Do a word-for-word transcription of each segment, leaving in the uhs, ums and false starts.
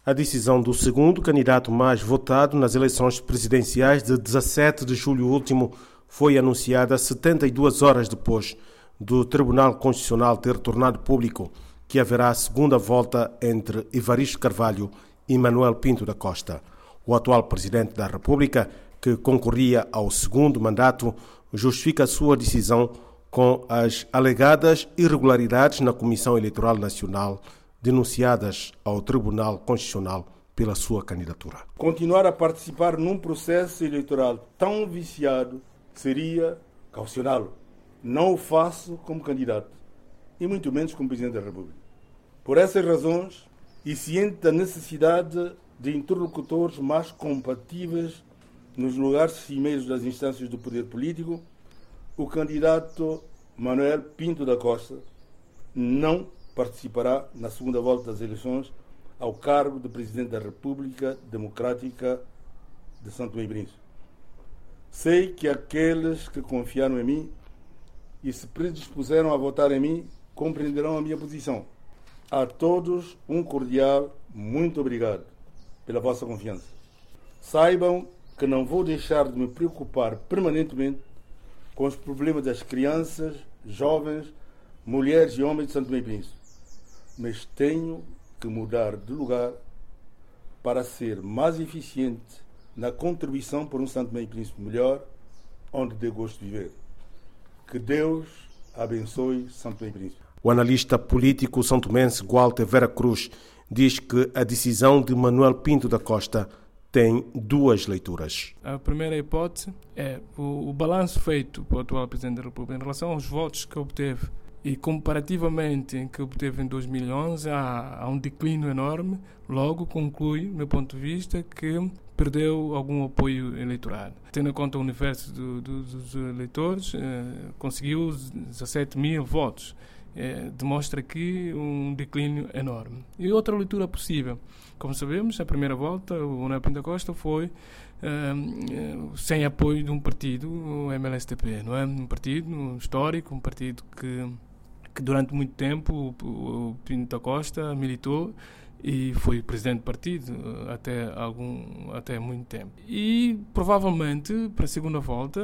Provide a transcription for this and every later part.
A decisão do segundo candidato mais votado nas eleições presidenciais de dezassete de julho último foi anunciada setenta e duas horas depois do Tribunal Constitucional ter tornado público que haverá a segunda volta entre Evaristo Carvalho e Manuel Pinto da Costa. O atual presidente da República, que concorria ao segundo mandato, justifica a sua decisão com as alegadas irregularidades na Comissão Eleitoral Nacional denunciadas ao Tribunal Constitucional pela sua candidatura. Continuar a participar num processo eleitoral tão viciado seria caucioná-lo. Não o faço como candidato, e muito menos como Presidente da República. Por essas razões, e ciente da necessidade de interlocutores mais compatíveis nos lugares cimeiros das instâncias do poder político, o candidato Manuel Pinto da Costa não participará na segunda volta das eleições ao cargo de Presidente da República Democrática de São Tomé e Príncipe. Sei que aqueles que confiaram em mim e se predispuseram a votar em mim compreenderão a minha posição. A todos um cordial muito obrigado pela vossa confiança. Saibam que não vou deixar de me preocupar permanentemente com os problemas das crianças, jovens, mulheres e homens de São Tomé e Príncipe. Mas tenho que mudar de lugar para ser mais eficiente na contribuição por um São Tomé e Príncipe melhor, onde dê gosto de viver. Que Deus abençoe São Tomé e Príncipe. O analista político são-tomense Walter Vera Cruz diz que a decisão de Manuel Pinto da Costa tem duas leituras. A primeira hipótese é o, o balanço feito pelo atual Presidente da República em relação aos votos que obteve e comparativamente em que obteve em dois mil e onze, há, há um declínio enorme. Logo, conclui, do meu ponto de vista, que perdeu algum apoio eleitoral. Tendo em conta o universo do, do, dos eleitores, eh, conseguiu dezassete mil votos. Eh, demonstra aqui um declínio enorme. E outra leitura possível. Como sabemos, a primeira volta, o Manuel Pinto da Costa foi eh, sem apoio de um partido, o M L S T P, não é? Um partido histórico, um partido que que durante muito tempo o, o Pinto da Costa militou e foi presidente do partido até, algum, até muito tempo. E provavelmente, para a segunda volta,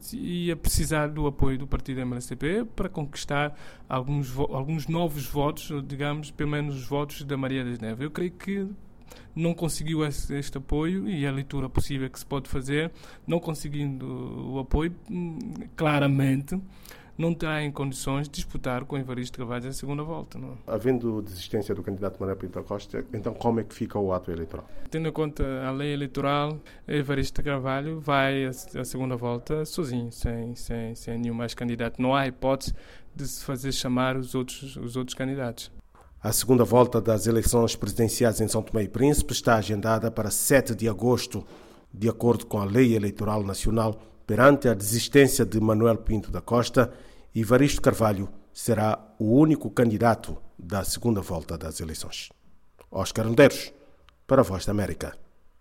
ia precisar do apoio do partido M L S T P para conquistar alguns, alguns novos votos, digamos, pelo menos os votos da Maria das Neves. Eu creio que não conseguiu esse, este apoio, e a leitura possível que se pode fazer, não conseguindo o apoio, claramente não está em condições de disputar com Evaristo Carvalho a segunda volta. Não? Havendo desistência do candidato Manuel Pinto da Costa, então como é que fica o ato eleitoral? Tendo em conta a lei eleitoral, Evaristo Carvalho vai a segunda volta sozinho, sem, sem, sem nenhum mais candidato. Não há hipótese de se fazer chamar os outros, os outros candidatos. A segunda volta das eleições presidenciais em São Tomé e Príncipe está agendada para sete de agosto, de acordo com a lei eleitoral nacional. Perante a desistência de Manuel Pinto da Costa, Evaristo Carvalho será o único candidato da segunda volta das eleições. Oscar Medeiros, para a Voz da América.